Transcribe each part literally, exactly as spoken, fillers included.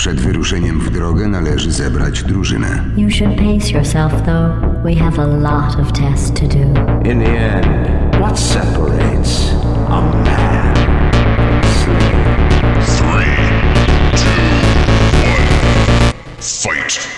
Przed wyruszeniem w drogę należy zebrać drużynę. You should pace yourself, though. We have a lot of tests to do. In the end, what separates a man from a slave? Three, two, one, fight!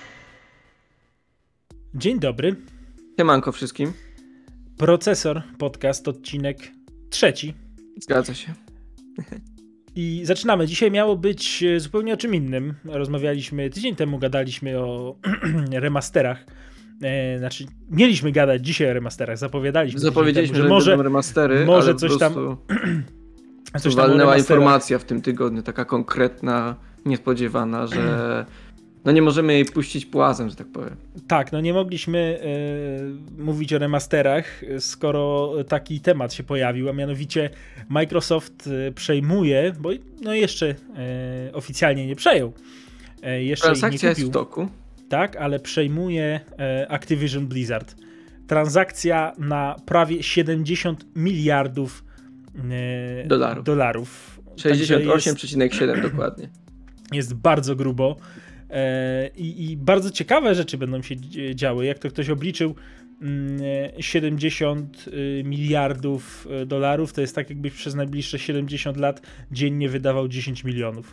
Dzień dobry. Siemanko wszystkim. Procesor, podcast, odcinek trzeci. Zgadza się. I zaczynamy. Dzisiaj miało być zupełnie o czym innym. Rozmawialiśmy, tydzień temu gadaliśmy o remasterach. E, znaczy, mieliśmy gadać dzisiaj o remasterach, zapowiadaliśmy. Zapowiedzieliśmy, temu, że, że może będą remastery, może ale coś po tam coś tam walnęła informacja w tym tygodniu, taka konkretna, niespodziewana, że no nie możemy jej puścić płazem, że tak powiem. Tak, no nie mogliśmy e, mówić o remasterach, skoro taki temat się pojawił, a mianowicie Microsoft przejmuje, bo no jeszcze e, oficjalnie nie przejął. E, jeszcze Transakcja ich nie jest kupił. w toku. Tak, ale przejmuje e, Activision Blizzard. Transakcja na prawie siedemdziesiąt miliardów e, Dolarów. dolarów. sześćdziesiąt osiem Także przecinek siedem dokładnie. jest, jest bardzo grubo. E, i, I bardzo ciekawe rzeczy będą się działy. Jak to ktoś obliczył, mm, siedemdziesiąt miliardów dolarów to jest tak, jakbyś przez najbliższe siedemdziesiąt lat dziennie wydawał dziesięć milionów.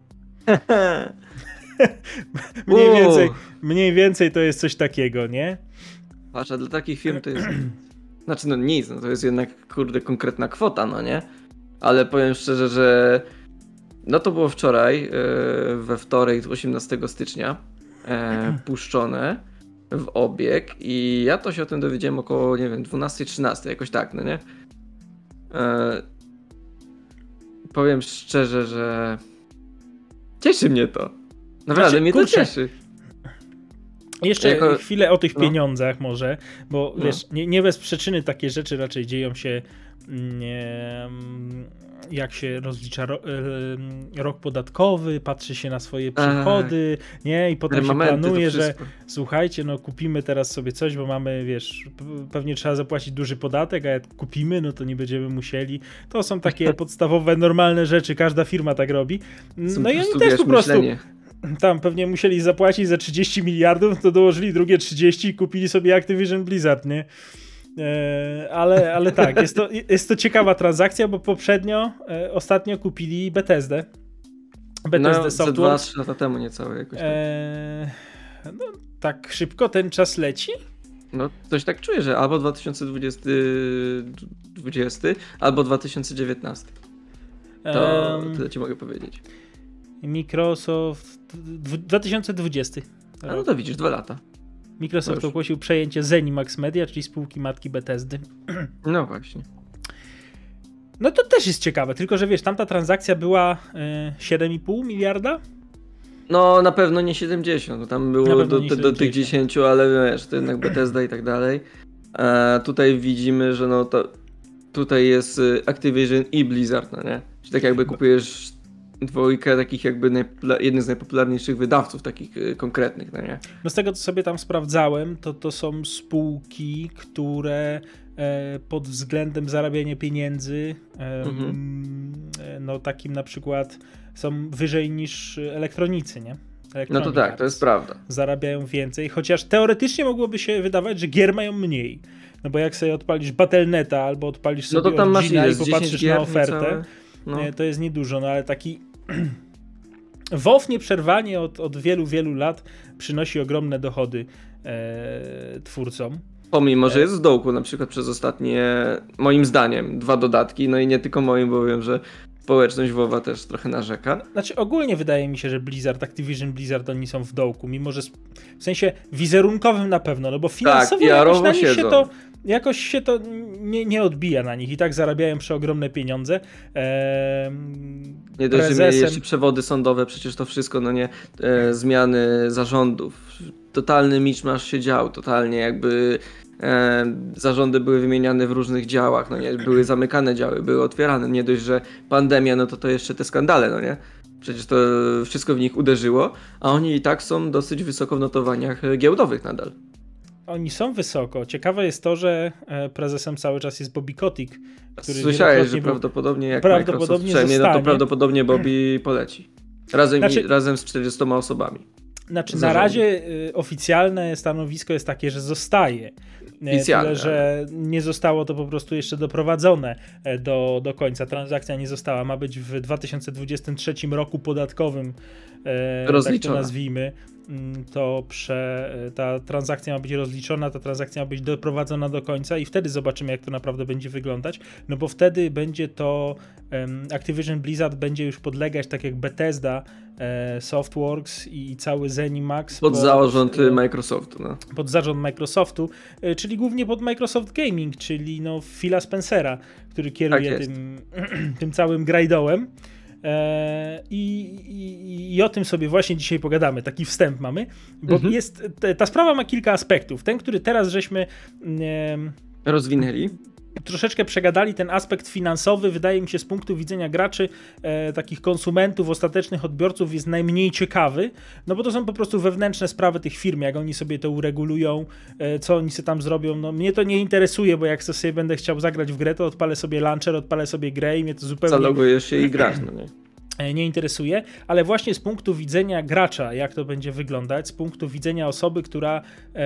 mniej, więcej, mniej więcej to jest coś takiego, nie? Patrz, a dla takich firm to jest... Znaczy no nic, no to jest jednak kurde konkretna kwota, no nie? Ale powiem szczerze, że no to było wczoraj, yy, we wtorek osiemnastego stycznia yy, puszczone w obieg i ja to się o tym dowiedziałem około, nie wiem, dwunastej trzynastej, jakoś tak, no nie? Yy, powiem szczerze, że cieszy mnie to. Naprawdę Znaczy, mnie kurczę, to cieszy. Jeszcze Jako... chwilę o tych no. pieniądzach może, bo No. wiesz, nie, nie bez przyczyny takie rzeczy raczej dzieją się, nie, jak się rozlicza ro, rok podatkowy, patrzy się na swoje przychody, Ach, nie, i potem się planuje, że słuchajcie, no kupimy teraz sobie coś, bo mamy, wiesz, pewnie trzeba zapłacić duży podatek, a jak kupimy, no to nie będziemy musieli. To są takie podstawowe, normalne rzeczy, każda firma tak robi. No Są i oni prostu, też wiesz, po prostu... myślenie. Tam pewnie musieli zapłacić za trzydzieści miliardów, to dołożyli drugie trzydzieści i kupili sobie Activision Blizzard, nie? E, ale, ale tak, jest to, jest to ciekawa transakcja, bo poprzednio, e, ostatnio kupili Bethesdę. Bethesdę no, Software. dwa trzy lata temu niecałe jakoś tak. E, no, tak szybko ten czas leci? No, coś tak czuję, że albo dwa tysiące dwudziesty, albo dwa tysiące dziewiętnasty. To um, tyle ci mogę powiedzieć. Microsoft dwa tysiące dwudziesty. A no to widzisz, dwa lata. Microsoft ogłosił przejęcie Zenimax Media, czyli spółki matki Bethesdy. No właśnie. No to też jest ciekawe, tylko że wiesz, tamta transakcja była y, siedem i pół miliarda? No na pewno nie siedemdziesiąt, no tam było do, do, do tych dziesięciu, ale wiesz, to jednak Bethesda i tak dalej. A tutaj widzimy, że no to tutaj jest Activision i Blizzard, no nie? Czyli tak jakby kupujesz dwójkę takich jakby najpopula- jednych z najpopularniejszych wydawców takich y, konkretnych, no nie? No z tego, co sobie tam sprawdzałem, to to są spółki, które e, pod względem zarabiania pieniędzy e, mhm. e, no takim na przykład są wyżej niż elektronicy, nie? No to tak, to jest prawda. Zarabiają więcej, chociaż teoretycznie mogłoby się wydawać, że gier mają mniej. No bo jak sobie odpalisz Battle punkt neta albo odpalisz sobie no to tam Origina masz i popatrzysz na ofertę, no. to jest niedużo, no ale taki WoW nieprzerwanie od, od wielu, wielu lat przynosi ogromne dochody e, twórcom. Pomimo, że jest w dołku na przykład przez ostatnie, moim zdaniem, dwa dodatki, no i nie tylko moim, bo wiem, że społeczność WoWa też trochę narzeka. Znaczy ogólnie wydaje mi się, że Blizzard, Activision Blizzard, oni są w dołku, mimo że w sensie wizerunkowym na pewno, no bo finansowo tak, jakoś na nich siedzą. się to jakoś się to nie, nie odbija na nich i tak zarabiają przeogromne pieniądze. Eee, nie dość, prezesem... że mieli jeszcze przewody sądowe, przecież to wszystko, no nie, e, zmiany zarządów, totalny miszmasz się dział, totalnie jakby e, zarządy były wymieniane w różnych działach, no nie, były zamykane działy, były otwierane, nie dość, że pandemia, no to to jeszcze te skandale, no nie. Przecież to wszystko w nich uderzyło, a oni i tak są dosyć wysoko w notowaniach giełdowych nadal. Oni są wysoko. Ciekawe jest to, że prezesem cały czas jest Bobby Kotick, który Słyszałeś, że był... prawdopodobnie jak prawdopodobnie Microsoft przejmie, no to prawdopodobnie Bobby poleci. Razem, Znaczy- razem z czterdziestoma osobami. Znaczy, na Zarządu. razie y, oficjalne stanowisko jest takie, że zostaje. E, Oficjalne, Tyle, że nie zostało to po prostu jeszcze doprowadzone e, do, do końca. Transakcja nie została. Ma być w dwa tysiące dwudziestym trzecim roku podatkowym, e, tak to Rozliczona. nazwijmy. Mm, To prze, e, ta transakcja ma być rozliczona, ta transakcja ma być doprowadzona do końca i wtedy zobaczymy, jak to naprawdę będzie wyglądać. No bo wtedy będzie to em, Activision Blizzard będzie już podlegać, tak jak Bethesda, e, Softworks i cały ZeniMax Pod zarząd e, Microsoftu. No. pod zarząd Microsoftu, e, czyli głównie pod Microsoft Gaming, czyli no Phila Spencera, który kieruje Tak jest. tym, tym całym grajdołem. E, I, i, I o tym sobie właśnie dzisiaj pogadamy, taki wstęp mamy, bo Mhm. jest, te, ta sprawa ma kilka aspektów. Ten, który teraz żeśmy em, Rozwinęli. troszeczkę przegadali, ten aspekt finansowy, wydaje mi się z punktu widzenia graczy, e, takich konsumentów, ostatecznych odbiorców jest najmniej ciekawy, no bo to są po prostu wewnętrzne sprawy tych firm, jak oni sobie to uregulują, e, co oni sobie tam zrobią, no mnie to nie interesuje, bo jak sobie będę chciał zagrać w grę, to odpalę sobie launcher, odpalę sobie grę i mnie to zupełnie Zalogujesz się i grasz. No nie? e, nie interesuje, ale właśnie z punktu widzenia gracza, jak to będzie wyglądać, z punktu widzenia osoby, która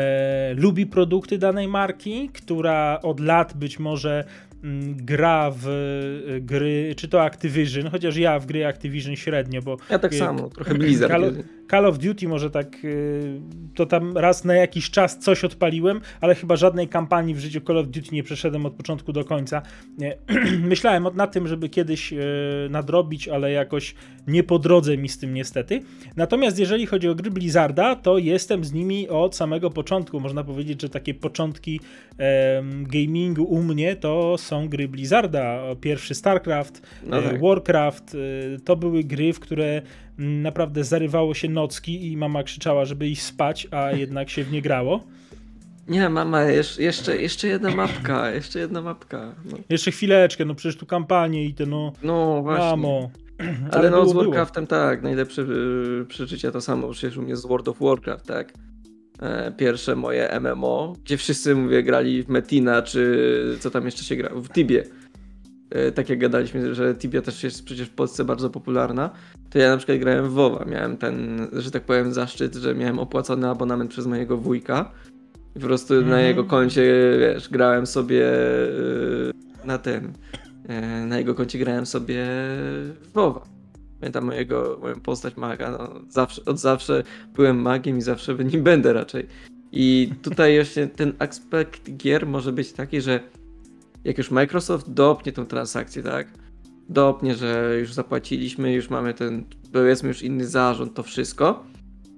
e, lubi produkty danej marki, która od lat być może mm, gra w e, gry, czy to Activision, chociaż ja w gry Activision średnio, bo Ja tak e, samo, trochę Blizzard. Call, jest. Call of Duty może tak, y, to tam raz na jakiś czas coś odpaliłem, ale chyba żadnej kampanii w życiu Call of Duty nie przeszedłem od początku do końca. Nie. Myślałem nad tym, żeby kiedyś y, nadrobić, ale jakoś nie po drodze mi z tym niestety. Natomiast jeżeli chodzi o gry Blizzarda, to jestem z nimi od samego początku. Można powiedzieć, że takie początki em, gamingu u mnie to są gry Blizzarda. Pierwszy StarCraft, No e, tak. Warcraft, y, to były gry, w które mm, naprawdę zarywało się nocki i mama krzyczała, żeby iść spać, a jednak się w nie grało. Nie, mama, jeszcze, jeszcze, jeszcze jedna mapka, jeszcze jedna mapka. No, Jeszcze chwileczkę, no przecież tu kampanie i te no, no właśnie. mamo. Ale, no było, z było. Warcraftem tak, najlepsze y, przeżycie to samo, przecież u mnie z World of Warcraft, tak. E, pierwsze moje M M O, gdzie wszyscy, mówię, grali w Metina, czy co tam jeszcze się gra, w Tibie. E, tak jak gadaliśmy, że Tibia też jest przecież w Polsce bardzo popularna, to ja na przykład grałem w WoWa, miałem ten, że tak powiem, zaszczyt, że miałem opłacony abonament przez mojego wujka i po prostu Mhm. na jego koncie, wiesz, grałem sobie y, na ten, y, na jego koncie grałem sobie w WoWa. Pamiętam mojego, moją postać maga, no, zawsze, od zawsze byłem magiem i zawsze nim będę raczej. I tutaj właśnie ten aspekt gier może być taki, że jak już Microsoft dopnie tą transakcję, tak? Dopnie, że już zapłaciliśmy, już mamy ten, powiedzmy już inny zarząd, to wszystko,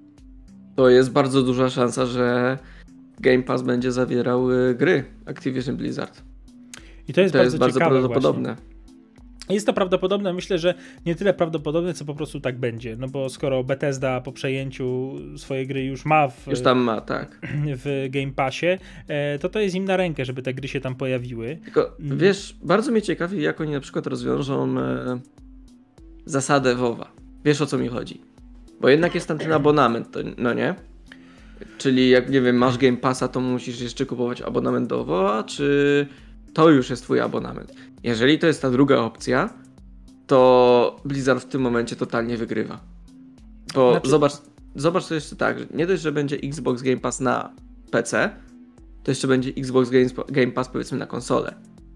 to jest bardzo duża szansa, że Game Pass będzie zawierał y, gry Activision Blizzard. I to jest To bardzo jest bardzo ciekawe prawdopodobne. właśnie. Jest to prawdopodobne, myślę, że nie tyle prawdopodobne, co po prostu tak będzie. No bo skoro Bethesda po przejęciu swojej gry już ma w, Już tam ma, tak. w Game Passie, e, to to jest im na rękę, żeby te gry się tam pojawiły. Tylko Mm. wiesz, bardzo mnie ciekawi, jak oni na przykład rozwiążą e, zasadę WoWa. Wiesz, o co mi chodzi. Bo jednak jest tam ten abonament, to, no nie? Czyli jak, nie wiem, masz Game Passa, to musisz jeszcze kupować abonament do WoWa, czy to już jest twój abonament? Jeżeli to jest ta druga opcja, to Blizzard w tym momencie totalnie wygrywa. Bo Znaczy- zobacz, zobacz to jeszcze tak, że nie dość, że będzie Xbox Game Pass na P C, to jeszcze będzie Xbox Game, Game Pass powiedzmy na konsolę.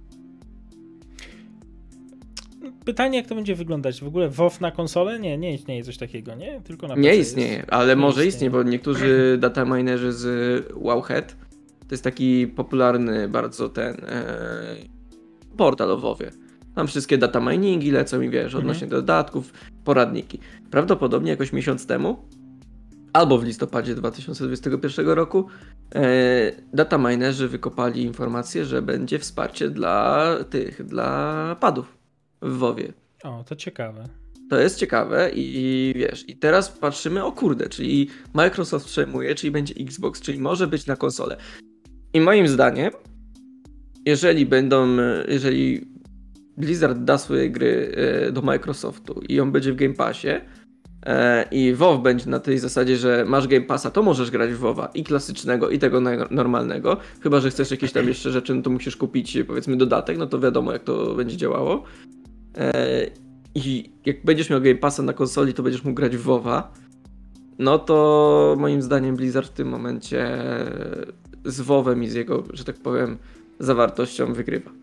Pytanie, jak to będzie wyglądać? W ogóle WoW na konsolę? Nie, nie istnieje coś takiego, nie? Tylko na P C Nie jest. istnieje, ale nie może istnieje. istnieje, bo niektórzy dataminerzy z Wowhead, to jest taki popularny bardzo ten e, portal o WoWie. Tam wszystkie data miningi lecą i wiesz, odnośnie dodatków, poradniki. Prawdopodobnie jakoś miesiąc temu, albo w listopadzie dwa tysiące dwudziestego pierwszego roku, e, dataminerzy wykopali informację, że będzie wsparcie dla tych, dla padów w WoWie. O, to ciekawe. To jest ciekawe i wiesz, i teraz patrzymy, o kurde, czyli Microsoft przejmuje, czyli będzie Xbox, czyli może być na konsolę. I moim zdaniem, jeżeli będą, jeżeli Blizzard da swoje gry e, do Microsoftu i on będzie w Game Passie e, i WoW będzie na tej zasadzie, że masz Game Passa, to możesz grać w WoWa i klasycznego, i tego naj- normalnego, chyba że chcesz jakieś tam jeszcze rzeczy, no to musisz kupić powiedzmy dodatek, no to wiadomo jak to będzie działało. E, i jak będziesz miał Game Passa na konsoli, to będziesz mógł grać w WoWa, no to moim zdaniem Blizzard w tym momencie z WoWem i z jego, że tak powiem, zawartością wygrywa.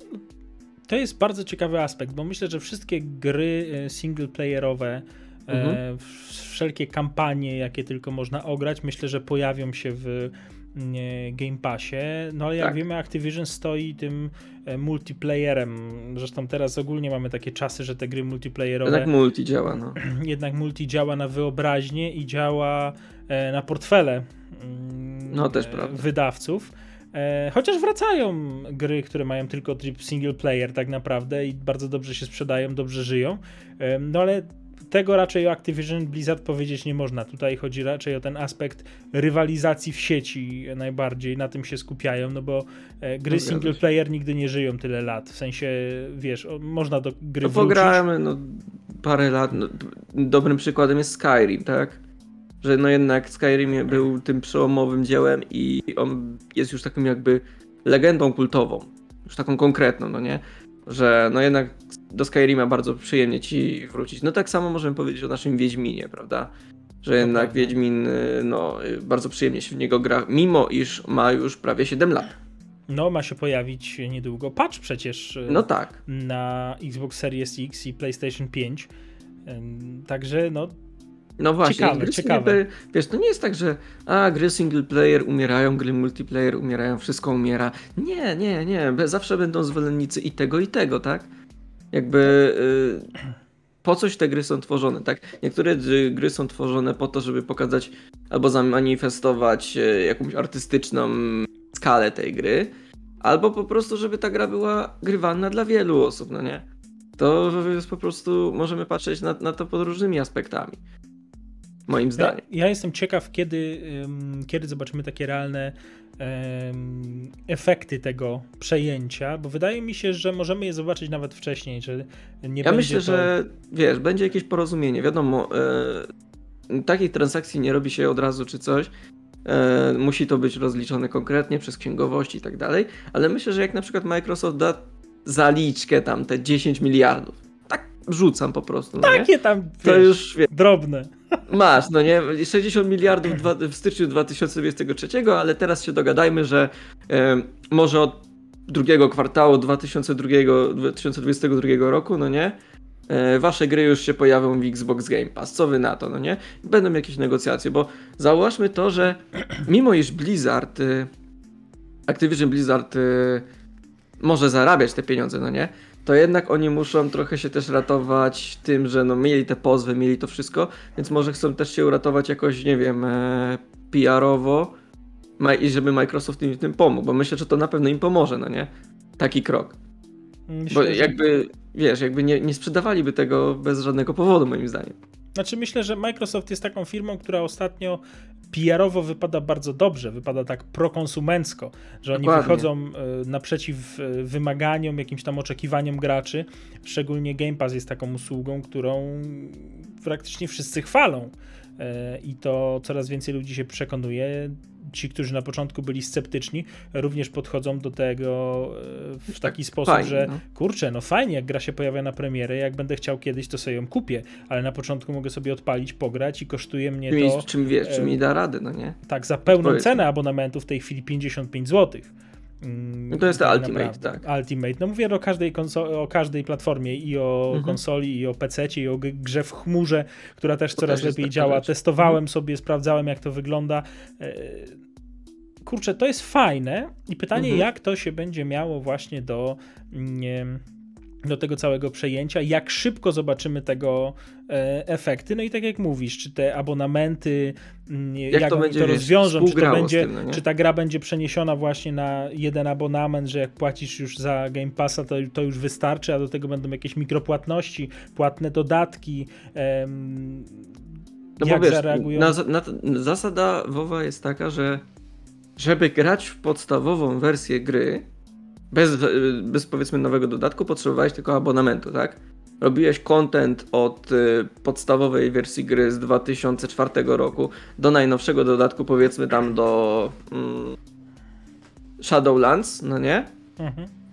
To jest bardzo ciekawy aspekt, bo myślę, że wszystkie gry singleplayerowe, mhm. e, wszelkie kampanie, jakie tylko można ograć, myślę, że pojawią się w nie, Game Passie, no ale jak tak. wiemy, Activision stoi tym e, multiplayerem, zresztą teraz ogólnie mamy takie czasy, że te gry multiplayerowe... Jednak multi działa, no. Jednak multi działa na wyobraźnię i działa e, na portfele mm, no, też e, prawda. wydawców. E, chociaż wracają gry, które mają tylko tryb single player tak naprawdę i bardzo dobrze się sprzedają, dobrze żyją, e, no ale tego raczej o Activision Blizzard powiedzieć nie można. Tutaj chodzi raczej o ten aspekt rywalizacji w sieci najbardziej, na tym się skupiają, no bo e, gry no, single player nigdy nie żyją tyle lat, w sensie, wiesz, o, można do gry no, wrócić. pograłem no, parę lat, no, dobrym przykładem jest Skyrim, tak? Że no jednak Skyrim był tym przełomowym dziełem i on jest już taką jakby legendą kultową, już taką konkretną, no nie? Że no jednak do Skyrima bardzo przyjemnie ci wrócić. No tak samo możemy powiedzieć o naszym Wiedźminie, prawda? Że jednak prawda. Wiedźmin, no bardzo przyjemnie się w niego gra, mimo iż ma już prawie siedem lat. No, ma się pojawić niedługo patch przecież No tak. na Xbox Series X i PlayStation pięć. Ym, Także no, No właśnie, ciekawe, gry ciekawe. Player, wiesz, to nie jest tak, że a, gry single player umierają, gry multiplayer umierają, wszystko umiera. Nie, nie, nie, zawsze będą zwolennicy i tego, i tego, tak? Jakby y, po coś te gry są tworzone, tak? Niektóre gry są tworzone po to, żeby pokazać albo zamanifestować y, jakąś artystyczną skalę tej gry, albo po prostu, żeby ta gra była grywalna dla wielu osób, no nie? To jest po prostu, możemy patrzeć na, na to pod różnymi aspektami. Moim zdaniem. Ja, ja jestem ciekaw, kiedy, um, kiedy zobaczymy takie realne um, efekty tego przejęcia, bo wydaje mi się, że możemy je zobaczyć nawet wcześniej, że nie Ja będzie myślę, to... że wiesz, będzie jakieś porozumienie. Wiadomo, e, takich transakcji nie robi się od razu czy coś. E, musi to być rozliczone konkretnie przez księgowość i tak dalej, ale myślę, że jak na przykład Microsoft da zaliczkę tam te dziesięć miliardów, tak rzucam po prostu. No Takie nie? tam, wiesz, to już wiesz, drobne. masz, no nie, sześćdziesiąt miliardów dwa, w styczniu dwa tysiące dwudziestego trzeciego, ale teraz się dogadajmy, że e, może od drugiego kwartału dwa tysiące dwudziestego drugiego roku, no nie, e, wasze gry już się pojawią w Xbox Game Pass, co wy na to, no nie, będą jakieś negocjacje, bo zauważmy to, że mimo iż Blizzard, e, Activision Blizzard e, może zarabiać te pieniądze, no nie, to jednak oni muszą trochę się też ratować tym, że no mieli te pozwy, mieli to wszystko, więc może chcą też się uratować jakoś, nie wiem, e, P R-owo i żeby Microsoft im w tym pomógł, bo myślę, że to na pewno im pomoże, no nie? Taki krok. Myślę, Bo że... jakby, wiesz, jakby nie, nie sprzedawaliby tego bez żadnego powodu, moim zdaniem. Znaczy myślę, że Microsoft jest taką firmą, która ostatnio P R-owo wypada bardzo dobrze, wypada tak prokonsumencko, że oni Dokładnie. wychodzą y, naprzeciw y, wymaganiom, jakimś tam oczekiwaniom graczy. Szczególnie Game Pass jest taką usługą, którą praktycznie wszyscy chwalą. Y, I to coraz więcej ludzi się przekonuje. Ci, którzy na początku byli sceptyczni, również podchodzą do tego y, w taki sposób, fajnie, że no. kurczę, no fajnie, jak gra się pojawia na premierę, jak będę chciał kiedyś, to sobie ją kupię, ale na początku mogę sobie odpalić, pograć i kosztuje mnie Czym, to... czym wiesz, czym mi da radę, no nie? Tak, za pełną Powiedzmy. cenę abonamentu w tej chwili pięćdziesiąt pięć złotych. Mm, No to jest to tak Ultimate, naprawdę. tak. Ultimate. No mówię o każdej, konso- o każdej platformie i o Mhm. konsoli, i o pececie, i o g- grze w chmurze, która też To coraz też jest lepiej taka działa. rzecz. Testowałem Mhm. sobie, sprawdzałem, jak to wygląda. E, Kurczę, to jest fajne i pytanie, Mhm. jak to się będzie miało właśnie do, nie, do tego całego przejęcia, jak szybko zobaczymy tego e, efekty. No i tak jak mówisz, czy te abonamenty, m, jak, Jak to oni będzie, to wiesz, rozwiążą, czy to współgrało z będzie, tym, no nie? czy ta gra będzie przeniesiona właśnie na jeden abonament, że jak płacisz już za Game Passa, to, to już wystarczy, a do tego będą jakieś mikropłatności, płatne dodatki. Em, No jak bo wiesz, zareagują? na, na, zasada WoWa jest taka, że żeby grać w podstawową wersję gry, bez, bez powiedzmy nowego dodatku, potrzebowałeś tylko abonamentu, tak? Robiłeś content od y, podstawowej wersji gry z dwa tysiące czwartego roku do najnowszego dodatku, powiedzmy tam do mm, Shadowlands, no nie? Mhm.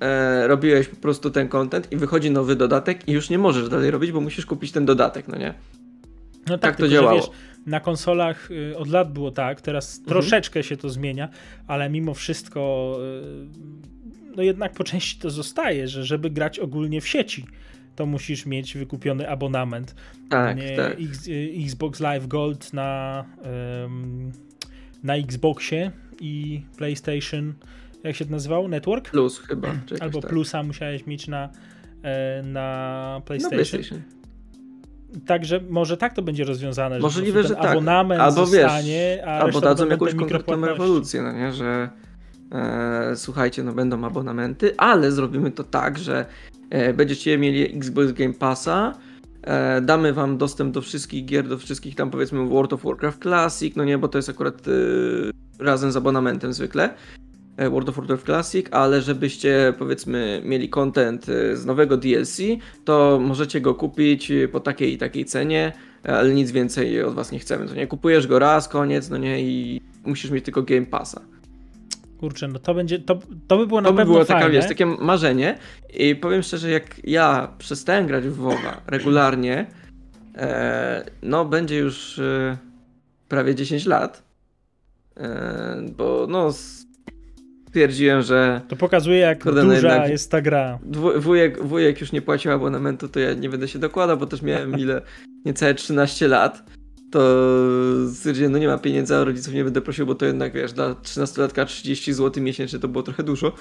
e, robiłeś po prostu ten content i wychodzi nowy dodatek i już nie możesz dalej robić, bo musisz kupić ten dodatek, no nie? No tak, tak to tylko, że działało. Wiesz, na konsolach y, od lat było tak, teraz Mhm. troszeczkę się to zmienia, ale mimo wszystko y, no jednak po części to zostaje, że żeby grać ogólnie w sieci, to musisz mieć wykupiony abonament. Tak, Nie, tak. X, y, Xbox Live Gold na, ym, na Xboxie i PlayStation, jak się to nazywało? Network? Plus chyba. czy jakoś Albo tak. Plusa musiałeś mieć na, e, na No, PlayStation. PlayStation. Także może tak to będzie rozwiązane, Możliwe, że, po że prostu ten tak. abonament Albo wiesz, zostanie, a albo reszta dadzą to będą jakąś te konkretną mikropłatności. rewolucję, no nie, że e, słuchajcie, no będą abonamenty, ale zrobimy to tak, że e, będziecie mieli Xbox Game Passa, e, damy wam dostęp do wszystkich gier, do wszystkich tam powiedzmy World of Warcraft Classic, no nie, bo to jest akurat e, razem z abonamentem zwykle. World of Warcraft Classic, ale żebyście powiedzmy mieli content z nowego D L C, to możecie go kupić po takiej i takiej cenie, ale nic więcej od was nie chcemy. To nie kupujesz go raz, koniec, no nie, i musisz mieć tylko Game Passa. Kurczę, no to będzie, to, to by było na To by pewno było fajne. taka, wiesz, takie marzenie i powiem szczerze, jak ja przestałem grać w WoWa regularnie, e, no będzie już e, prawie dziesięć lat, e, bo no stwierdziłem, że To pokazuje, jak Kurde, no duża jednak- jest ta gra. Dwu- Wujek, wujek już nie płacił abonamentu, to ja nie będę się dokładał, bo też miałem ile, niecałe trzynaście lat. To stwierdziłem, no nie ma pieniędzy, a rodziców nie będę prosił, bo to jednak, wiesz, dla trzynastolatka trzydzieści złotych miesięcznie to było trochę dużo.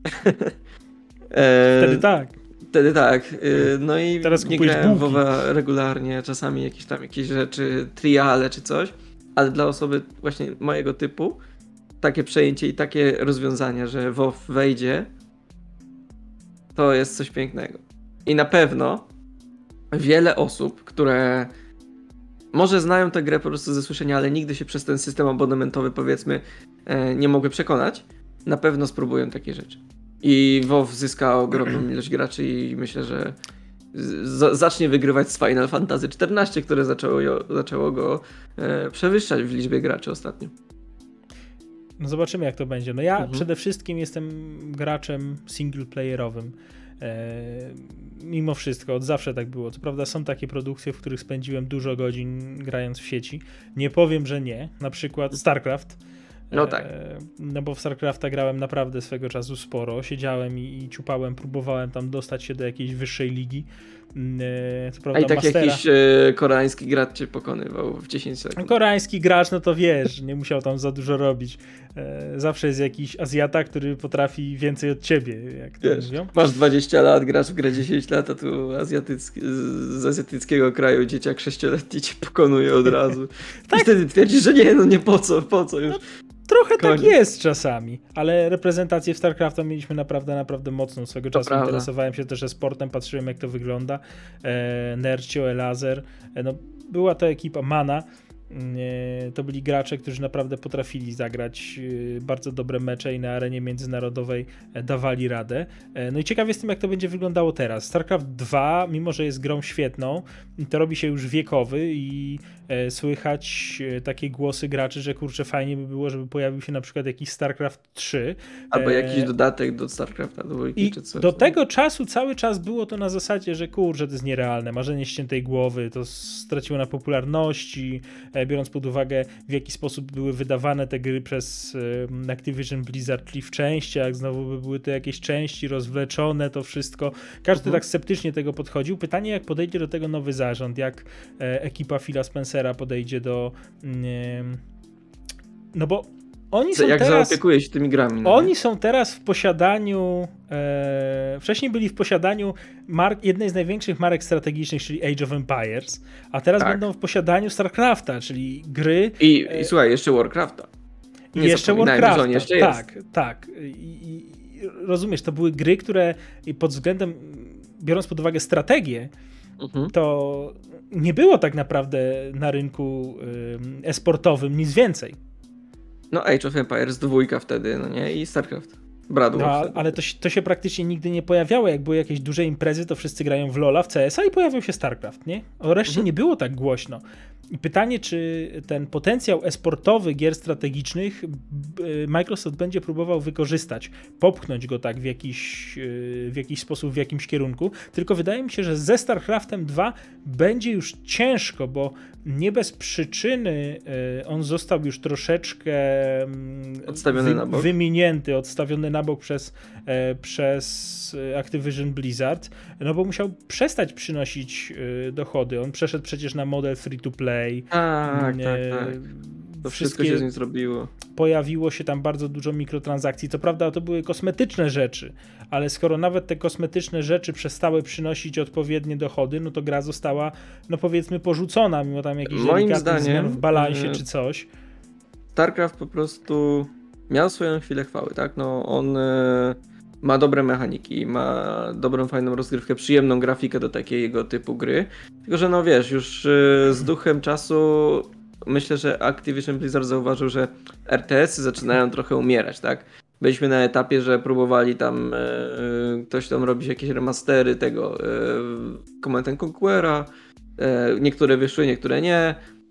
e, Wtedy tak. Wtedy tak. e, No i Teraz nie kupujesz grałem w bułki. WoWa regularnie, czasami jakieś tam jakieś rzeczy, triale czy coś, ale dla osoby właśnie mojego typu takie przejęcie i takie rozwiązanie, że WoW wejdzie, to jest coś pięknego. I na pewno wiele osób, które może znają tę grę po prostu ze słyszenia, ale nigdy się przez ten system abonamentowy, powiedzmy, e, nie mogły przekonać, na pewno spróbują takie rzeczy. I WoW zyska ogromną ilość graczy i myślę, że z- zacznie wygrywać z Final Fantasy czternaście, które zaczęło, jo- zaczęło go e, przewyższać w liczbie graczy ostatnio. No zobaczymy, jak to będzie. No ja Mhm. przede wszystkim jestem graczem singleplayerowym. E, mimo wszystko, od zawsze tak było. Co prawda są takie produkcje, w których spędziłem dużo godzin grając w sieci. Nie powiem, że nie. Na przykład StarCraft. No tak. E, no bo w StarCrafta grałem naprawdę swego czasu sporo. Siedziałem i, i ciupałem, próbowałem tam dostać się do jakiejś wyższej ligi. E, co A prawda i tak Mastera. jakiś e, koreański gracz cię pokonywał w dziesięć sekund. Koreański gracz, no to wiesz, nie musiał tam za dużo robić. E, zawsze jest jakiś Azjata, który potrafi więcej od ciebie, jak to Wiesz, mówią. masz dwadzieścia lat, grasz w grę dziesięć lat, a tu azjatycki, z z azjatyckiego kraju dzieciak sześcioletni cię pokonuje od razu. I wtedy twierdzisz, że nie, no nie po co, po co już. Trochę Koniec. tak jest czasami, ale reprezentację w StarCrafta mieliśmy naprawdę, naprawdę mocną. Swego czasu prawda. interesowałem się też sportem, patrzyłem, jak to wygląda. E, Nercio, Elazer, e, no, była to ekipa Mana. E, to byli gracze, którzy naprawdę potrafili zagrać e, bardzo dobre mecze i na arenie międzynarodowej e, dawali radę. E, no i ciekaw jestem, jak to będzie wyglądało teraz. StarCraft dwa, mimo że jest grą świetną, to robi się już wiekowy i e, słychać e, takie głosy graczy, że kurczę, fajnie by było, żeby pojawił się na przykład jakiś StarCraft trzy. Albo E, jakiś dodatek do StarCrafta dwójki I czy coś. do no. tego czasu cały czas było to na zasadzie, że kurczę, to jest nierealne, marzenie ściętej głowy, to straciło na popularności, e, biorąc pod uwagę, w jaki sposób były wydawane te gry przez e, Activision Blizzard, czyli w częściach, znowu by były to jakieś części rozwleczone, to wszystko. Każdy Mhm. tak sceptycznie tego podchodził. Pytanie, jak podejdzie do tego nowy zarząd, jak e, ekipa Phila Spencera podejdzie do... mm, no bo oni są Jak teraz... zaopiekuje się tymi grami. No Oni nie? są teraz w posiadaniu, e, wcześniej byli w posiadaniu mark, jednej z największych marek strategicznych, czyli Age of Empires, a teraz Tak. będą w posiadaniu StarCrafta, czyli gry I, I słuchaj, jeszcze Warcrafta. i Nie jeszcze zapominajmy, że Warcrafta. on jeszcze jest. tak, tak. I, i, rozumiesz, to były gry, które pod względem, biorąc pod uwagę strategię, Mhm. to nie było tak naprawdę na rynku ym, e-sportowym nic więcej. No Age of Empires dwójka wtedy, no nie? I StarCraft. Bradło. No, a- ale to, się- to się praktycznie nigdy nie pojawiało. Jak były jakieś duże imprezy, to wszyscy grają w LoL'a, w C S a i pojawił się StarCraft, nie? O reszcie Mhm. nie było tak głośno. I pytanie, czy ten potencjał esportowy gier strategicznych b- Microsoft będzie próbował wykorzystać, popchnąć go tak w jakiś, yy, w jakiś sposób, w jakimś kierunku. Tylko wydaje mi się, że ze StarCraftem dwa będzie już ciężko, bo nie bez przyczyny yy, on został już troszeczkę mm, Odstawiony na bok. wyminięty, odstawiony na bok przez, e, przez Activision Blizzard, no bo musiał przestać przynosić e, dochody. On przeszedł przecież na model free to play. Tak, tak, E, tak. To wszystko wszystkie- się z nim zrobiło. Pojawiło się tam bardzo dużo mikrotransakcji. Co prawda to były kosmetyczne rzeczy, ale skoro nawet te kosmetyczne rzeczy przestały przynosić odpowiednie dochody, no to gra została, no powiedzmy, porzucona, mimo tam jakichś Moim delikatnych zdaniem, zmian w balansie e, czy coś. StarCraft po prostu miał swoją chwilę chwały, tak? No on e, ma dobre mechaniki, ma dobrą, fajną rozgrywkę, przyjemną grafikę do takiego typu gry. Tylko, że no wiesz, już e, z duchem czasu myślę, że Activision Blizzard zauważył, że R T S-y zaczynają trochę umierać, tak? Byliśmy na etapie, że próbowali tam e, e, ktoś tam robić jakieś remastery tego e, Command and Conquera. E, niektóre wyszły, niektóre nie.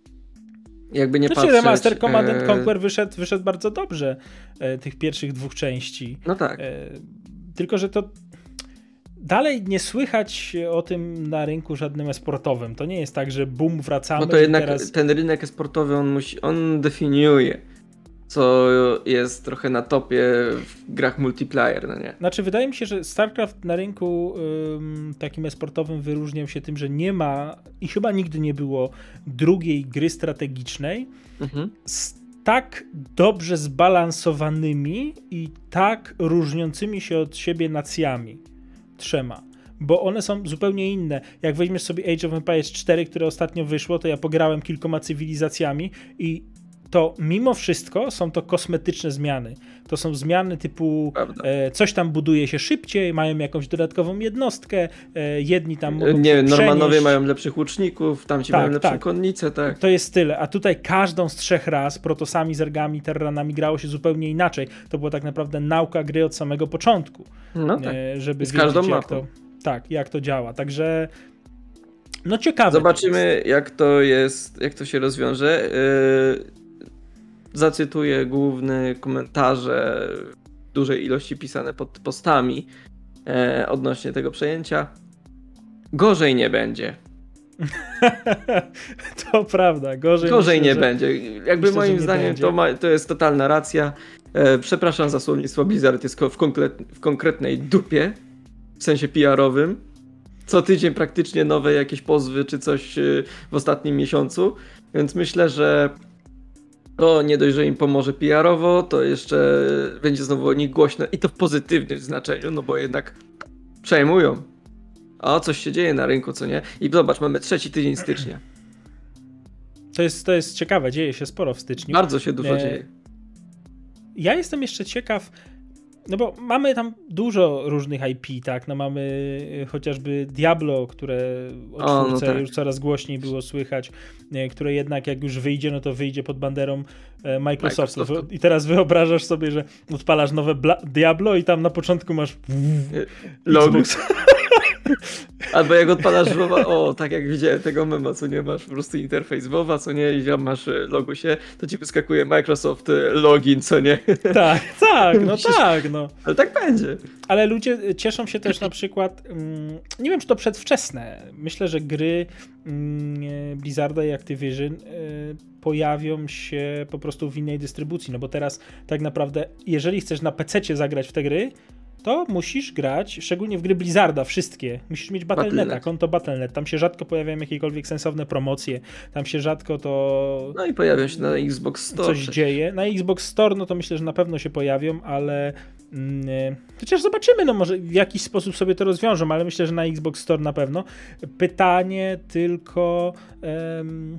Jakby nie Znaczy patrzeć... remaster Command and e, Conquer wyszedł, wyszedł bardzo dobrze, e, tych pierwszych dwóch części. No tak. E, tylko, że to dalej nie słychać o tym na rynku żadnym esportowym. To nie jest tak, że boom, wracamy No to i jednak teraz... ten rynek sportowy, on musi, on definiuje, co jest trochę na topie w grach multiplayer, no nie? Znaczy, wydaje mi się, że StarCraft na rynku ym, takim esportowym wyróżniał się tym, że nie ma i chyba nigdy nie było drugiej gry strategicznej Mhm. z tak dobrze zbalansowanymi i tak różniącymi się od siebie nacjami. Trzema. Bo one są zupełnie inne. Jak weźmiesz sobie Age of Empires cztery, które ostatnio wyszło, to ja pograłem kilkoma cywilizacjami i to mimo wszystko są to kosmetyczne zmiany. To są zmiany typu Prawda. e, coś tam buduje się szybciej, mają jakąś dodatkową jednostkę, e, jedni tam mogą Nie się wiem, Normanowie przenieść. mają lepszych łuczników, tamci Tak, mają lepszą tak. konnicę, tak. To jest tyle, a tutaj każdą z trzech ras, protosami, zergami, terranami grało się zupełnie inaczej. To była tak naprawdę nauka gry od samego początku, No tak. e, żeby I z każdą wiedzieć, jak mapą. to, tak, jak to działa. Także no ciekawe. Zobaczymy, jak to jest, jak to się rozwiąże. Yy, zacytuję główne komentarze w dużej ilości pisane pod postami e, odnośnie tego przejęcia. Gorzej nie będzie. To prawda, gorzej, Gorzej myślę, nie że... będzie. Jakby myślę, że moim nie zdaniem będzie. to, ma, to jest totalna racja. E, przepraszam za słownictwo, Blizzard jest ko- w, konkret, w konkretnej dupie, w sensie P R-owym. Co tydzień praktycznie nowe jakieś pozwy czy coś e, w ostatnim miesiącu, więc myślę, że to nie dość, że im pomoże P R-owo, to jeszcze będzie znowu o nich głośno i to w pozytywnym znaczeniu, no bo jednak przejmują. A coś się dzieje na rynku, co nie? I zobacz, mamy trzeci tydzień stycznia. To jest, to jest ciekawe, dzieje się sporo w styczniu. Bardzo się dużo E, dzieje. Ja jestem jeszcze ciekaw, no bo mamy tam dużo różnych I P, tak? No mamy y, chociażby Diablo, które o O, no czwórce tak. już coraz głośniej było słychać, y, które jednak jak już wyjdzie, no to wyjdzie pod banderą e, Microsoftu. Microsoftu. I teraz wyobrażasz sobie, że odpalasz nowe Bla- Diablo i tam na początku masz Logo. Xbox. Albo jak odpalasz WoWa, o, tak jak widziałem tego mema, co nie, masz po prostu interfejs WoWa, co nie, i tam masz e, logo się, to ci wyskakuje Microsoft e, login, co nie. Tak, tak, no Musisz- tak, no. Ale tak będzie. Ale ludzie cieszą się też na przykład, mm, nie wiem czy to przedwczesne, myślę, że gry mm, Blizzarda i Activision y, pojawią się po prostu w innej dystrybucji, no bo teraz tak naprawdę, jeżeli chcesz na pececie zagrać w te gry, to musisz grać, szczególnie w gry Blizzarda, wszystkie. Musisz mieć Battle Neta, Battle.net. konto Battle Net. Tam się rzadko pojawiają jakiekolwiek sensowne promocje, tam się rzadko to No i pojawią się na Xbox Store. coś przecież. dzieje. Na Xbox Store, no to myślę, że na pewno się pojawią, ale mm, e, chociaż zobaczymy, no może w jakiś sposób sobie to rozwiążą, ale myślę, że na Xbox Store na pewno. Pytanie tylko... em,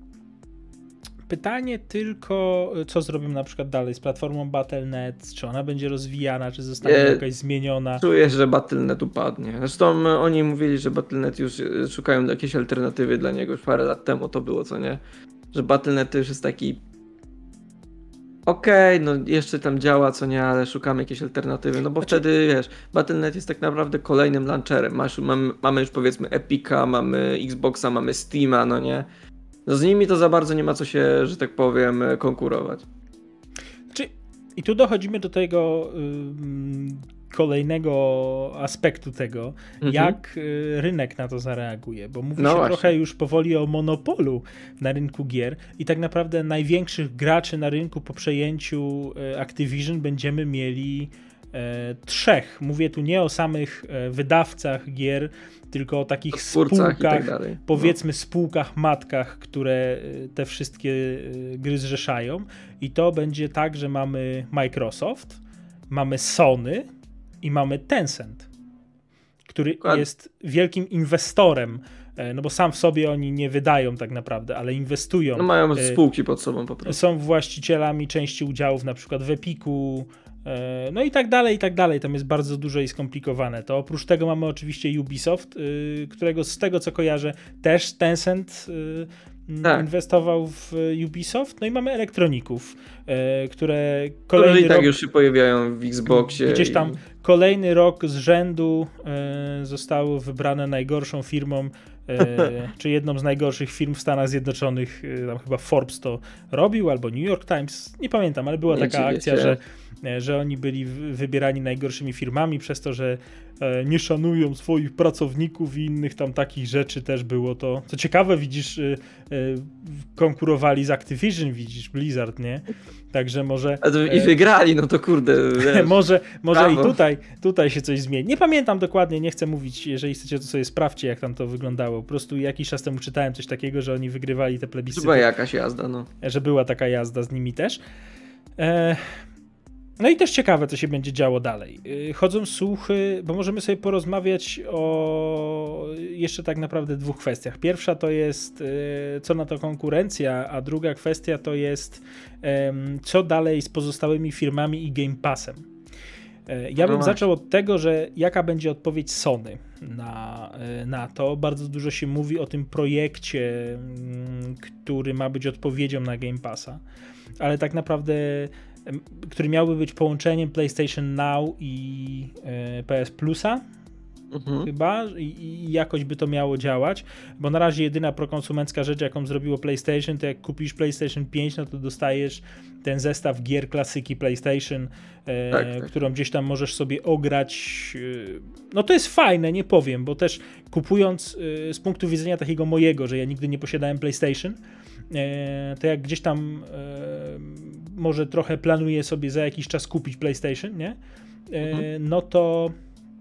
Pytanie tylko, co zrobimy na przykład dalej z platformą Battle Punkt net, czy ona będzie rozwijana, czy zostanie Nie. jakaś zmieniona. Czuję, że Battle Punkt net upadnie. Zresztą e, oni mówili, że Battle Punkt net już e, szukają jakiejś alternatywy dla niego. Już parę lat temu to było, co nie? Że Battle Punkt net to już jest taki okej, no jeszcze tam działa, co nie, ale szukamy jakiejś alternatywy, no bo Znaczy- wtedy, wiesz, battle kropka net jest tak naprawdę kolejnym launcherem. Masz, mamy, mamy już powiedzmy Epica, mamy Xboxa, mamy Steama, no nie? No z nimi to za bardzo nie ma co się, że tak powiem, konkurować. Czy, I tu dochodzimy do tego ym, kolejnego aspektu tego, Mhm. jak y, rynek na to zareaguje, bo mówi No się właśnie. trochę już powoli o monopolu na rynku gier i tak naprawdę największych graczy na rynku po przejęciu y, Activision będziemy mieli e, trzech. Mówię tu nie o samych e, wydawcach gier, tylko o takich O twórcach i spółkach, tak dalej. No. powiedzmy spółkach matkach, które y, te wszystkie y, gry zrzeszają i to będzie tak, że mamy Microsoft, mamy Sony i mamy Tencent, który Dokładnie. jest wielkim inwestorem, e, no bo sam w sobie oni nie wydają tak naprawdę, ale inwestują. No mają E, spółki pod sobą po prostu. Są właścicielami części udziałów na przykład w Epiku, e, no i tak dalej, i tak dalej. Tam jest bardzo dużo i skomplikowane. To oprócz tego mamy oczywiście Ubisoft, y, którego z tego co kojarzę też Tencent y, Tak. inwestował w Ubisoft. No i mamy Elektroników, e, które Które kolejny i tak rok już się pojawiają w Xboxie. gdzieś i- tam kolejny rok z rzędu e, zostało wybrane najgorszą firmą, e, czy jedną z najgorszych firm w Stanach Zjednoczonych, e, tam chyba Forbes to robił, albo New York Times, nie pamiętam, ale była Nie taka dziwię akcja, się. że, e, że oni byli w- wybierani najgorszymi firmami przez to, że e, nie szanują swoich pracowników i innych tam takich rzeczy też było to. Co ciekawe, widzisz, e, e, konkurowali z Activision, widzisz, Blizzard, nie? Także może... A to, I e, wygrali, no to kurde. Wiesz. może może i Brawo. tutaj, tutaj się coś zmieni. Nie pamiętam dokładnie, nie chcę mówić, jeżeli chcecie, to sobie sprawdźcie, jak tam to wyglądało. Po prostu jakiś czas temu czytałem coś takiego, że oni wygrywali te plebiscyty, Chyba jakaś jazda, no. że była taka jazda z nimi też. E... No i też ciekawe, co się będzie działo dalej. E, Chodzą słuchy, bo możemy sobie porozmawiać o jeszcze tak naprawdę dwóch kwestiach. Pierwsza to jest, e, co na to konkurencja, a druga kwestia to jest, em, co dalej z pozostałymi firmami i Game Passem. E, Ja No bym właśnie. zaczął od tego, że jaka będzie odpowiedź Sony na, e, na to. Bardzo dużo się mówi o tym projekcie, mm, który ma być odpowiedzią na Game Passa, ale tak naprawdę em, który miałby być połączeniem PlayStation Now i e, P S Plusa Mhm. chyba i, i jakoś by to miało działać, bo na razie jedyna prokonsumencka rzecz, jaką zrobiło PlayStation, to jak kupisz PlayStation pięć, no to dostajesz ten zestaw gier klasyki PlayStation, e, Tak, tak. którą gdzieś tam możesz sobie ograć. E, no to jest fajne, nie powiem, bo też kupując e, z punktu widzenia takiego mojego, że ja nigdy nie posiadałem PlayStation, e, to jak gdzieś tam e, może trochę planuję sobie za jakiś czas kupić PlayStation, nie? E, Mhm. No to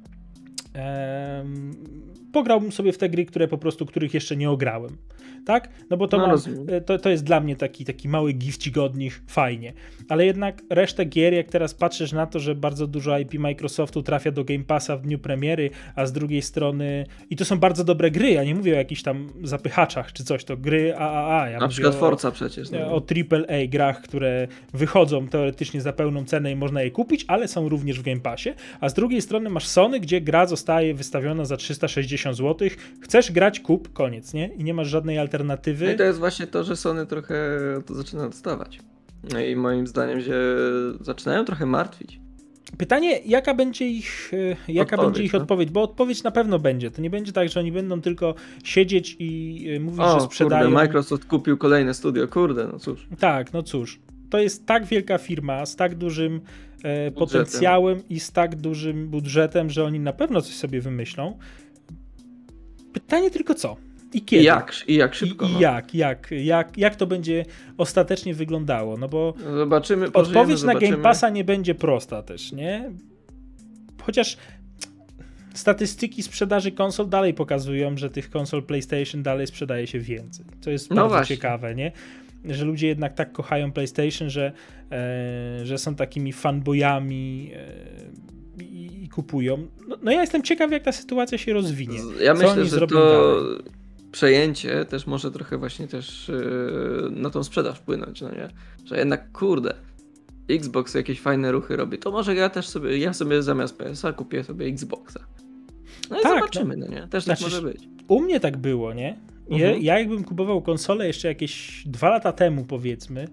Ehm, pograłbym sobie w te gry, które po prostu, których jeszcze nie ograłem, tak? No bo to, No, mam, rozumiem. to, to jest dla mnie taki, taki mały gifcik od nich, fajnie. Ale jednak resztę gier, jak teraz patrzysz na to, że bardzo dużo I P Microsoftu trafia do Game Passa w dniu premiery, a z drugiej strony, i to są bardzo dobre gry, ja nie mówię o jakichś tam zapychaczach czy coś, to gry A A A. Ja Na mówię przykład o, Forza przecież. No. o triple A grach, które wychodzą teoretycznie za pełną cenę i można je kupić, ale są również w Game Passie, a z drugiej strony masz Sony, gdzie gra zostaje wystawiona za trzysta sześćdziesiąt złotych, chcesz grać, kup, koniec, nie? I nie masz żadnej alternatywy. No i to jest właśnie to, że Sony trochę to zaczyna dostawać. No i moim zdaniem się zaczynają trochę martwić. Pytanie, jaka będzie ich, e, jaka Odpowiedź, będzie ich no. odpowiedź, bo odpowiedź na pewno będzie. To nie będzie tak, że oni będą tylko siedzieć i e, mówić, O, że sprzedają. kurde, Microsoft kupił kolejne studio, kurde, no cóż. Tak, no cóż. To jest tak wielka firma z tak dużym e, potencjałem i z tak dużym budżetem, że oni na pewno coś sobie wymyślą. Pytanie tylko co? I kiedy? I jak, i jak szybko. I, i no. jak, jak, jak, jak to będzie ostatecznie wyglądało? No bo Zobaczymy, pożyjemy, odpowiedź na zobaczymy. Game Passa nie będzie prosta też, nie? Chociaż statystyki sprzedaży konsol dalej pokazują, że tych konsol PlayStation dalej sprzedaje się więcej. Co jest No bardzo właśnie. ciekawe, nie? Że ludzie jednak tak kochają PlayStation, że, e, że są takimi fanboyami e, i, i kupują. No, no ja jestem ciekaw, jak ta sytuacja się rozwinie. Z- Ja Co myślę, oni że zrobią to dalej. przejęcie też może trochę właśnie też yy, na tą sprzedaż wpłynąć, no nie? Że jednak, kurde, Xbox jakieś fajne ruchy robi, to może ja też sobie, ja sobie zamiast P S a kupię sobie Xboxa. No i Tak, zobaczymy, no nie? Też Znaczy, tak może być. U mnie tak było, nie? Ja, Mhm. ja jakbym kupował konsolę jeszcze jakieś dwa lata temu, powiedzmy,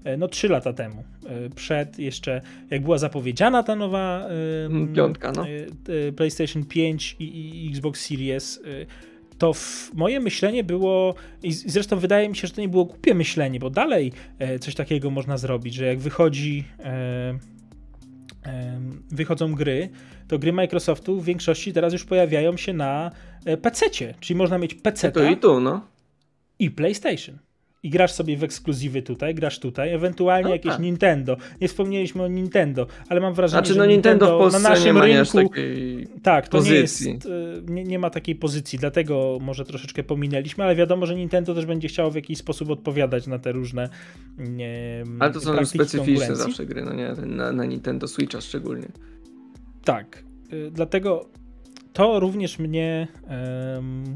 no trzy lata temu, przed jeszcze, jak była zapowiedziana ta nowa Piątka, no. PlayStation pięć i, i Xbox Series, to w moje myślenie było, i zresztą wydaje mi się, że to nie było głupie myślenie, bo dalej coś takiego można zrobić, że jak wychodzi wychodzą gry, to gry Microsoftu w większości teraz już pojawiają się na pececie, czyli można mieć peceta to i tu, no. i PlayStation. I grasz sobie w ekskluzywy tutaj, grasz tutaj, ewentualnie no jakieś tak. Nintendo. Nie wspomnieliśmy o Nintendo, ale mam wrażenie, znaczy, że no Nintendo, Nintendo w Polsce na naszym nie ma rynku nie takiej tak, to pozycji. nie jest, nie, nie ma takiej pozycji, dlatego może troszeczkę pominęliśmy, ale wiadomo, że Nintendo też będzie chciało w jakiś sposób odpowiadać na te różne nie, ale to są już praktyki specyficzne konkurencji. zawsze gry, no nie? Na, na Nintendo Switcha szczególnie. Tak, y, dlatego to również mnie ym,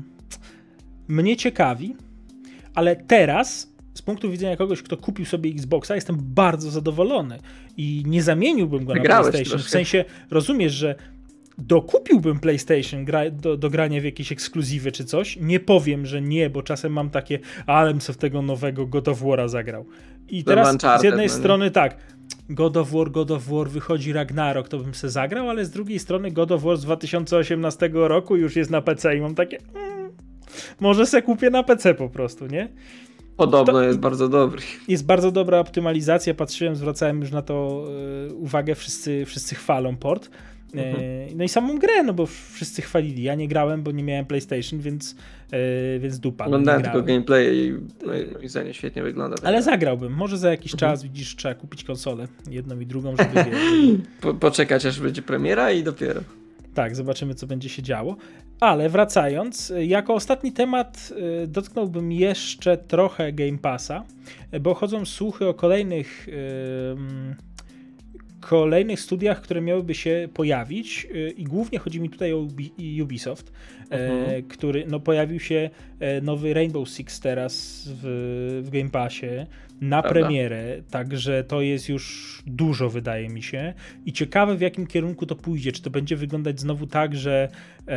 mnie ciekawi, ale teraz z punktu widzenia kogoś, kto kupił sobie Xboxa, jestem bardzo zadowolony i nie zamieniłbym go Wygrałeś na PlayStation. troszkę. W sensie, rozumiesz, że dokupiłbym PlayStation gra, do, do grania w jakieś ekskluzywy czy coś. Nie powiem, że nie, bo czasem mam takie, ale bym sobie w tego nowego God of War'a zagrał. I teraz Uncharted, z jednej no nie? strony tak, God of War, God of War, wychodzi Ragnarok, to bym se zagrał, ale z drugiej strony God of War z dwa tysiące osiemnastego roku już jest na P C i mam takie, mm, może se kupię na P C po prostu, nie? Podobno To- jest bardzo dobry. Jest bardzo dobra optymalizacja, patrzyłem, zwracałem już na to e, uwagę, wszyscy, wszyscy chwalą port. E, Mhm. No i samą grę, no bo wszyscy chwalili. Ja nie grałem, bo nie miałem PlayStation, więc, e, więc dupa. No, nie Oglądałem tylko grałem. gameplay i no, i- moim zdaniem świetnie wygląda. Ale zagrałbym. Może za jakiś czas, widzisz, trzeba kupić konsolę. Jedną i drugą, żeby wiesz. Po, poczekać aż będzie premiera i dopiero. Tak, zobaczymy, co będzie się działo. Ale wracając, jako ostatni temat y, dotknąłbym jeszcze trochę Game Passa, bo chodzą słuchy o kolejnych ym, kolejnych studiach, które miałyby się pojawić y, i głównie chodzi mi tutaj o Ubi- Ubisoft, e, Mhm. który no, pojawił się e, nowy Rainbow Six teraz w, w Game Passie na Prawda. premierę, także to jest już dużo, wydaje mi się, i ciekawe, w jakim kierunku to pójdzie, czy to będzie wyglądać znowu tak, że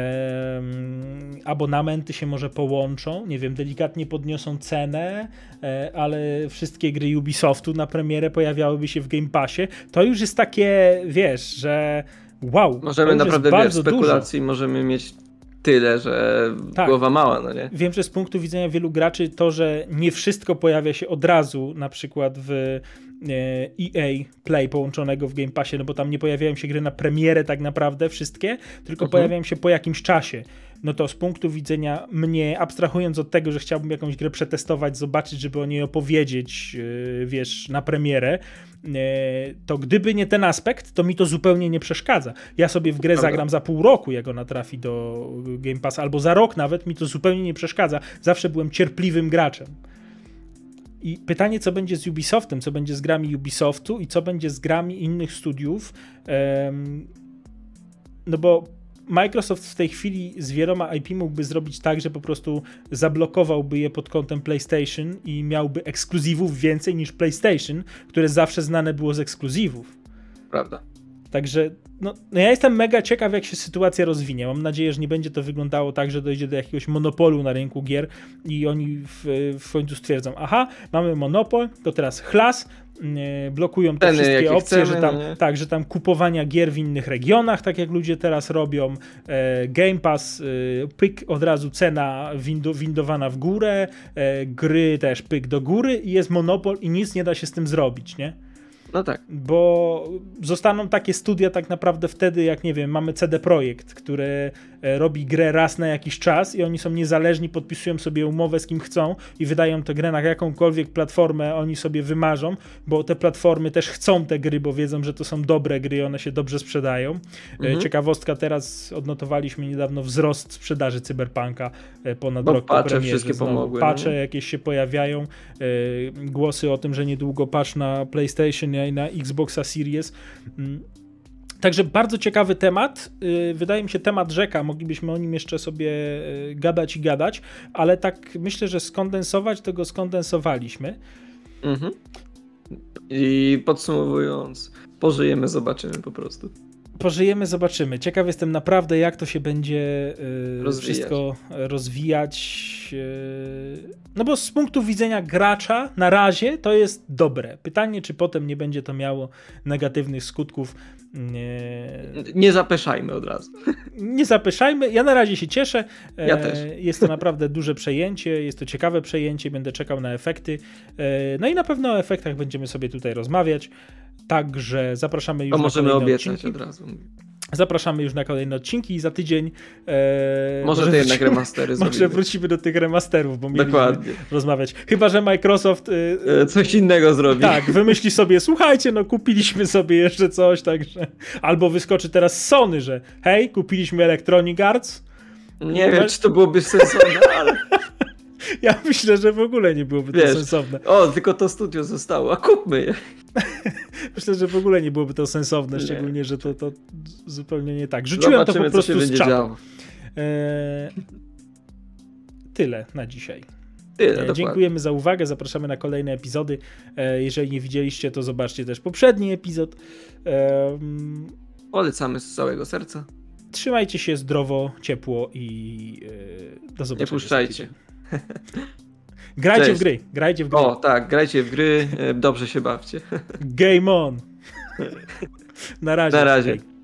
em, abonamenty się może połączą, nie wiem, delikatnie podniosą cenę, e, ale wszystkie gry Ubisoftu na premierę pojawiałyby się w Game Passie. To już jest takie, wiesz, że wow, Możemy to już naprawdę, jest wiesz, bardzo dużo. spekulacji możemy mieć tyle, że Tak. głowa mała, no nie? Wiem, że z punktu widzenia wielu graczy to, że nie wszystko pojawia się od razu, na przykład w e, E A Play połączonego w Game Passie, no bo tam nie pojawiają się gry na premierę tak naprawdę wszystkie, tylko Mhm. pojawiają się po jakimś czasie. No to z punktu widzenia mnie, abstrahując od tego, że chciałbym jakąś grę przetestować, zobaczyć, żeby o niej opowiedzieć, e, wiesz, na premierę, e, to gdyby nie ten aspekt, to mi to zupełnie nie przeszkadza. Ja sobie w grę Prawda. zagram za pół roku, jak ona trafi do Game Passa, albo za rok nawet, mi to zupełnie nie przeszkadza. Zawsze byłem cierpliwym graczem. I pytanie, co będzie z Ubisoftem, co będzie z grami Ubisoftu i co będzie z grami innych studiów, em, no bo Microsoft w tej chwili z wieloma I P mógłby zrobić tak, że po prostu zablokowałby je pod kątem PlayStation i miałby ekskluzywów więcej niż PlayStation, które zawsze znane było z ekskluzywów. Prawda. Także no, no ja jestem mega ciekaw, jak się sytuacja rozwinie. Mam nadzieję, że nie będzie to wyglądało tak, że dojdzie do jakiegoś monopolu na rynku gier i oni w, w końcu stwierdzą, aha, mamy monopol, to teraz chlas, yy, blokują te Ceny, wszystkie jakie opcje, chcemy, że tam, no nie? tak, że tam kupowania gier w innych regionach, tak jak ludzie teraz robią, e, Game Pass, e, pyk, od razu cena windo, windowana w górę, e, gry też pyk do góry i jest monopol i nic nie da się z tym zrobić, nie? No tak. Bo zostaną takie studia tak naprawdę wtedy, jak nie wiem, mamy C D Projekt, który e, robi grę raz na jakiś czas i oni są niezależni, podpisują sobie umowę z kim chcą i wydają tę grę na jakąkolwiek platformę oni sobie wymarzą, bo te platformy też chcą te gry, bo wiedzą, że to są dobre gry i one się dobrze sprzedają. E, Mhm. Ciekawostka, teraz odnotowaliśmy niedawno wzrost sprzedaży Cyberpunka e, ponad Bo rok po patche premierze. wszystkie Znowu pomogły, Patche no. jakieś się pojawiają, e, głosy o tym, że niedługo patch na PlayStation i na Xboxa Series. Mm. Także bardzo ciekawy temat. Yy, Wydaje mi się temat rzeka. Moglibyśmy o nim jeszcze sobie yy, gadać i gadać, ale tak myślę, że skondensować to go skondensowaliśmy. Mhm. I podsumowując, pożyjemy, zobaczymy po prostu. pożyjemy, zobaczymy. Ciekaw jestem naprawdę, jak to się będzie yy, Rozwijać. wszystko rozwijać. Yy, no bo z punktu widzenia gracza na razie to jest dobre. Pytanie, czy potem nie będzie to miało negatywnych skutków. Yy, Nie zapeszajmy od razu. nie zapeszajmy. Ja na razie się cieszę. Ja E, też. Jest to naprawdę duże przejęcie, jest to ciekawe przejęcie, będę czekał na efekty. E, No i na pewno o efektach będziemy sobie tutaj rozmawiać. Także zapraszamy już To na możemy kolejne obiecać odcinki. od razu. Zapraszamy już na kolejne odcinki i za tydzień e, Może te jednak remastery Może zrobimy. wrócimy do tych remasterów, bo mieliśmy Dokładnie. rozmawiać. Chyba że Microsoft e, E, Coś innego zrobi. tak, wymyśli sobie, słuchajcie, no kupiliśmy sobie jeszcze coś, także albo wyskoczy teraz Sony, że hej, kupiliśmy Electronic Arts. Nie wiem, czy to byłoby sensowne, ale Ja myślę, że w ogóle nie byłoby to Wiesz, sensowne. o, tylko to studio zostało, a kupmy je. Myślę, że w ogóle nie byłoby to sensowne, Nie. szczególnie, że to, to zupełnie nie tak. Rzuciłem Zobaczymy, to po prostu co się z będzie czatu. działo. Eee, tyle na dzisiaj. Tyle, E, dokładnie. Dziękujemy za uwagę, zapraszamy na kolejne epizody. E, jeżeli nie widzieliście, to zobaczcie też poprzedni epizod. E, Polecamy z całego serca. trzymajcie się zdrowo, ciepło i e, do zobaczenia. Nie puszczajcie. Grajcie Cześć. w gry, grajcie w gry. O, tak, grajcie w gry, e, dobrze się bawcie. Game on. Na razie. Na razie. Hej.